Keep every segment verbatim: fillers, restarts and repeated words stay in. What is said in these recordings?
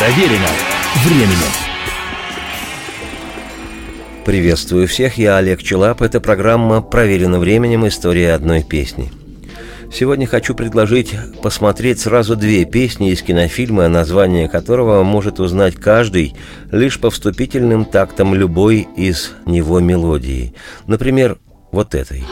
Проверено временем. Приветствую всех, я Олег Челап. Это программа «Проверено временем. История одной песни». Сегодня хочу предложить посмотреть сразу две песни из кинофильма, название которого может узнать каждый лишь по вступительным тактам любой из него мелодии. Например, вот этой.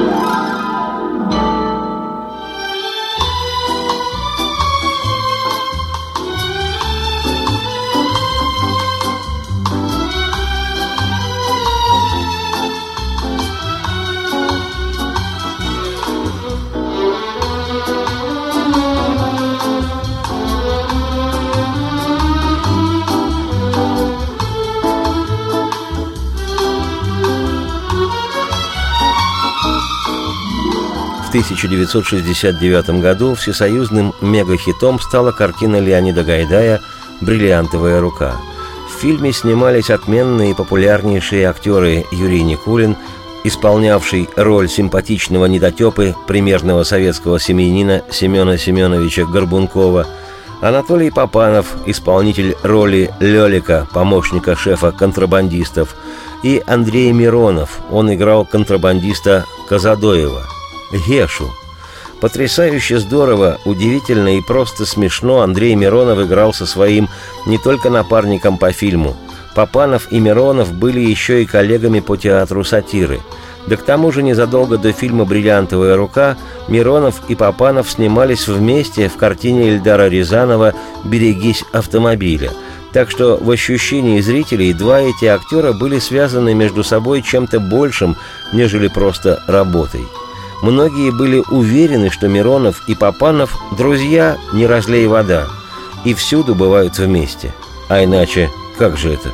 В тысяча девятьсот шестьдесят девятом году всесоюзным мегахитом стала картина Леонида Гайдая «Бриллиантовая рука». В фильме снимались отменные и популярнейшие актеры Юрий Никулин, исполнявший роль симпатичного недотепы примерного советского семьянина Семена Семеновича Горбункова, Анатолий Папанов, исполнитель роли Лёлика, помощника шефа контрабандистов, и Андрей Миронов, он играл контрабандиста Казадоева, Гешу. Потрясающе здорово, удивительно и просто смешно Андрей Миронов играл со своим не только напарником по фильму. Папанов и Миронов были еще и коллегами по театру сатиры. Да к тому же незадолго до фильма «Бриллиантовая рука» Миронов и Папанов снимались вместе в картине Эльдара Рязанова «Берегись автомобиля». Так что в ощущении зрителей два эти актера были связаны между собой чем-то большим, нежели просто работой. Многие были уверены, что Миронов и Папанов – друзья, не разлей вода, и всюду бывают вместе. А иначе как же это?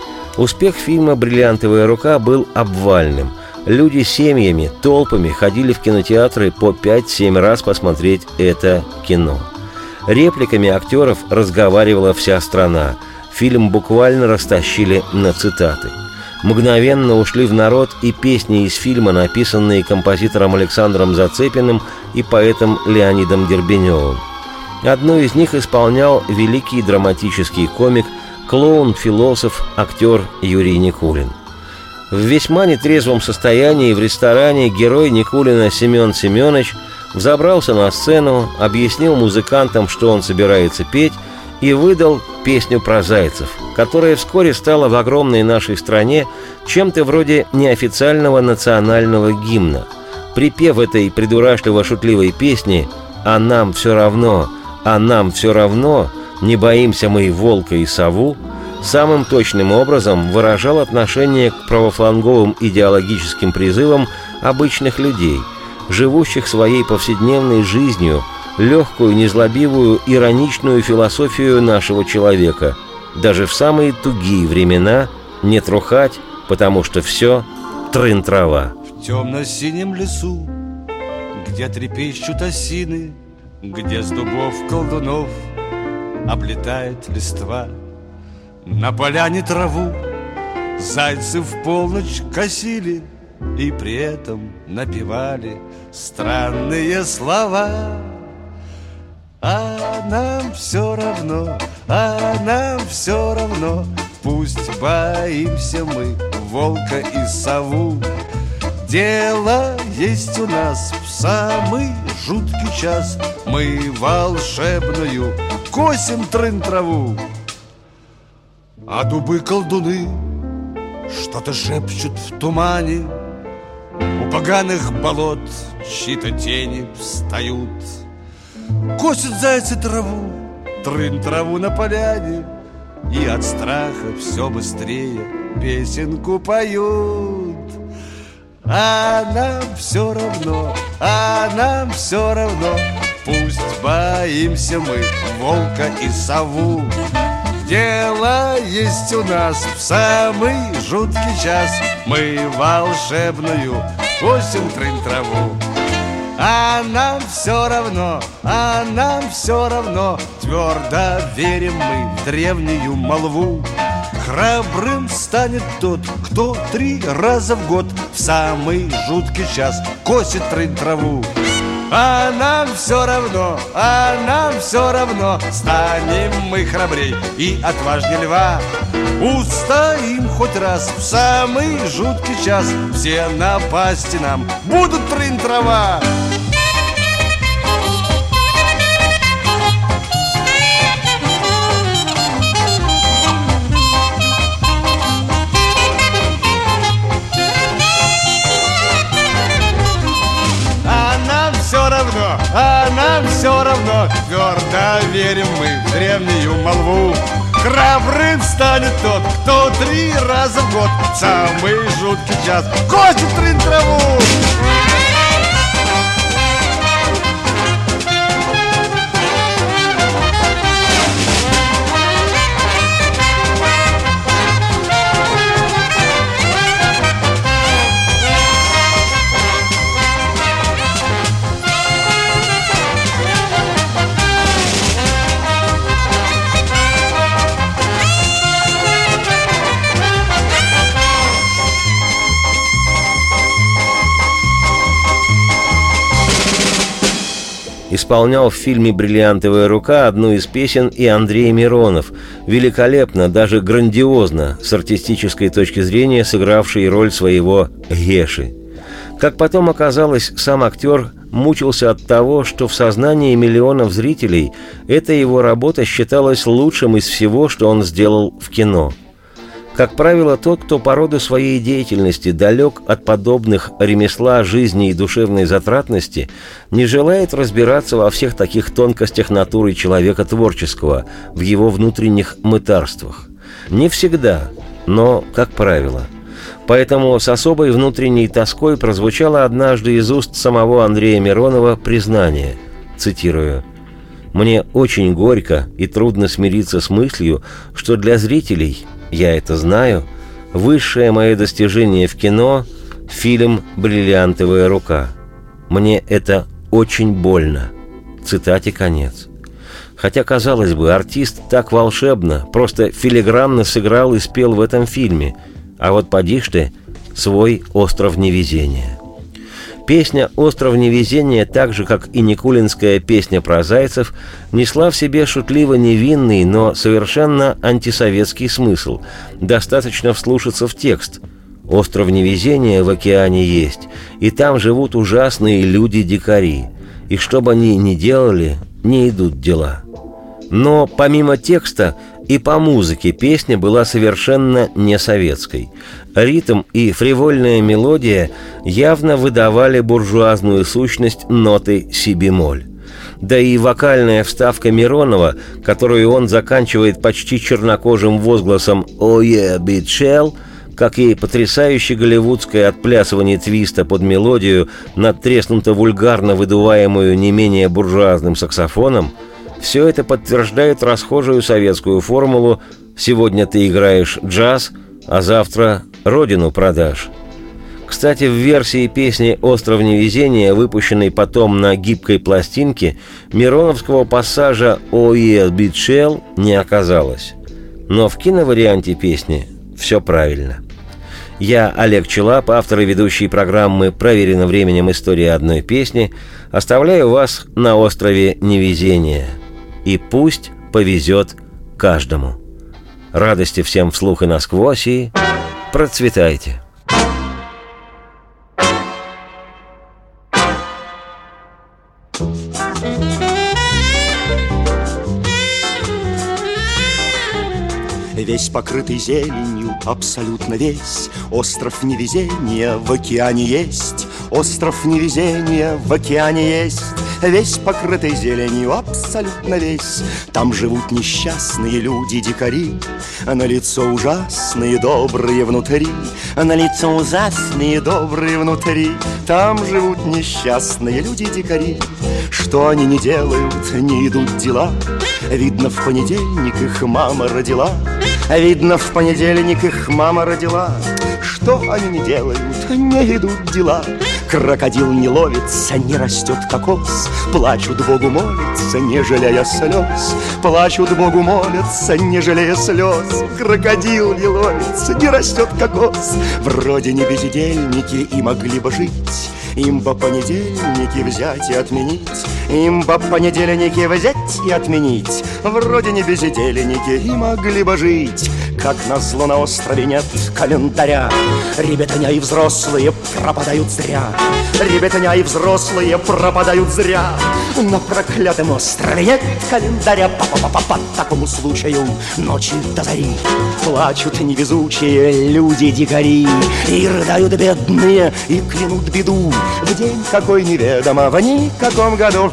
Успех фильма «Бриллиантовая рука» был обвальным. Люди семьями, толпами ходили в кинотеатры по пять-семь раз посмотреть это кино. Репликами актеров разговаривала вся страна. Фильм буквально растащили на цитаты. Мгновенно ушли в народ и песни из фильма, написанные композитором Александром Зацепиным и поэтом Леонидом Дербеневым. Одну из них исполнял великий драматический комик, клоун, философ, актер Юрий Никулин. В весьма нетрезвом состоянии в ресторане герой Никулина Семен Семенович взобрался на сцену, объяснил музыкантам, что он собирается петь, и выдал песню про зайцев, которая вскоре стала в огромной нашей стране чем-то вроде неофициального национального гимна. Припев этой придурашливо-шутливой песни «А нам все равно, а нам все равно, не боимся мы волка и сову» самым точным образом выражал отношение к правофланговым идеологическим призывам обычных людей, живущих своей повседневной жизнью, легкую, незлобивую, ироничную философию нашего человека. Даже в самые тугие времена не трухать, потому что все трын-трава. В темно-синем лесу, где трепещут осины, где с дубов колдунов облетает листва, на поляне траву зайцы в полночь косили и при этом напевали странные слова. А нам все равно, а нам все равно, пусть боимся мы волка и сову. Дело есть у нас в самый жуткий час, мы волшебную косим трын-траву. А дубы-колдуны что-то шепчут в тумане, у поганых болот чьи-то тени встают. Косят зайцы траву, трын-траву на поляне, и от страха все быстрее песенку поют. А нам все равно, а нам все равно, пусть боимся мы волка и сову. Дело есть у нас в самый жуткий час, мы волшебную косим трын-траву. А нам все равно, а нам все равно, твердо верим мы в древнюю молву. Храбрым станет тот, кто три раза в год в самый жуткий час косит трын-траву. А нам все равно, а нам все равно. Станем мы храбрей и отважней льва. Устоим хоть раз в самый жуткий час. Все напасти нам будут трын-трава. Все равно, а нам все равно. Твердо верим мы в древнюю молву. Храбрым станет тот, кто три раза в год в самый жуткий час косит трын-траву. Исполнял в фильме «Бриллиантовая рука» одну из песен и Андрей Миронов, великолепно, даже грандиозно, с артистической точки зрения сыгравший роль своего Геши. Как потом оказалось, сам актер мучился от того, что в сознании миллионов зрителей эта его работа считалась лучшим из всего, что он сделал в кино. Как правило, тот, кто по роду своей деятельности далек от подобных ремесла, жизни и душевной затратности, не желает разбираться во всех таких тонкостях натуры человека творческого, в его внутренних мытарствах. Не всегда, но как правило. Поэтому с особой внутренней тоской прозвучало однажды из уст самого Андрея Миронова признание, цитирую: «Мне очень горько и трудно смириться с мыслью, что для зрителей, я это знаю, высшее мое достижение в кино – фильм «Бриллиантовая рука». Мне это очень больно». Цитате конец. Хотя, казалось бы, артист так волшебно, просто филигранно сыграл и спел в этом фильме, а вот поди ж ты, свой «Остров невезения». Песня «Остров невезения», так же, как и никулинская песня про зайцев, несла в себе шутливо невинный, но совершенно антисоветский смысл. Достаточно вслушаться в текст. «Остров невезения в океане есть, и там живут ужасные люди-дикари, и что бы они ни делали, не идут дела». Но помимо текста и по музыке песня была совершенно не советской. Ритм и фривольная мелодия явно выдавали буржуазную сущность ноты си-бемоль. Да и вокальная вставка Миронова, которую он заканчивает почти чернокожим возгласом «Oh yeah, bitch», как и потрясающе голливудское отплясывание твиста под мелодию, надтреснуто вульгарно выдуваемую не менее буржуазным саксофоном, все это подтверждает расхожую советскую формулу «сегодня ты играешь джаз, а завтра родину продашь». Кстати, в версии песни «Остров невезения», выпущенной потом на гибкой пластинке, мироновского пассажа «Oh yeah, bitch» не оказалось. Но в киноварианте песни все правильно. Я, Олег Челап, автор и ведущий программы «Проверено временем. История одной песни», оставляю вас на острове невезения. И пусть повезет каждому. Радости всем вслух и насквозь, и процветайте! Весь покрытый зеленью, абсолютно весь, остров невезения в океане есть. Остров невезения в океане есть, весь покрытый зеленью, абсолютно весь. Там живут несчастные люди-дикари, а на лицо ужасные добрые внутри, а на лицо ужасные добрые внутри. Там живут несчастные люди-дикари. Что они не делают, не идут дела. Видно, в понедельник их мама родила. Видно, в понедельник их мама родила. Что они не делают, не идут дела. Крокодил не ловится, не растет кокос. Плачут Богу молятся, не жалея слез. Плачут Богу молятся, не жалея слез. Крокодил не ловится, не растет кокос. Вроде не бездельники и могли бы жить, Им бы понедельники взять и отменить, им бы понедельники взять и отменить. Вроде не бездельники и могли бы жить. Как назло на острове нет календаря, ребятня и взрослые пропадают зря. Ребятня и взрослые пропадают зря. На проклятом острове нет календаря. По-по-по-по, по такому случаю ночи до зари плачут невезучие люди-дикари. И рыдают бедные, и клянут беду в день какой неведомо, в никаком году.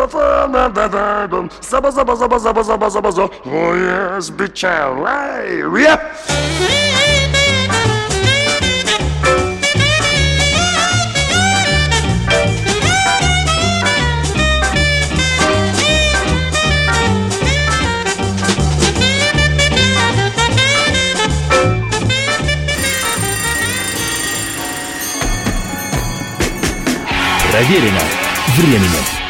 Заба-заба-заба-заба-заба-заба-заба. Oh yes, bitch, I Yep. Проверено временем.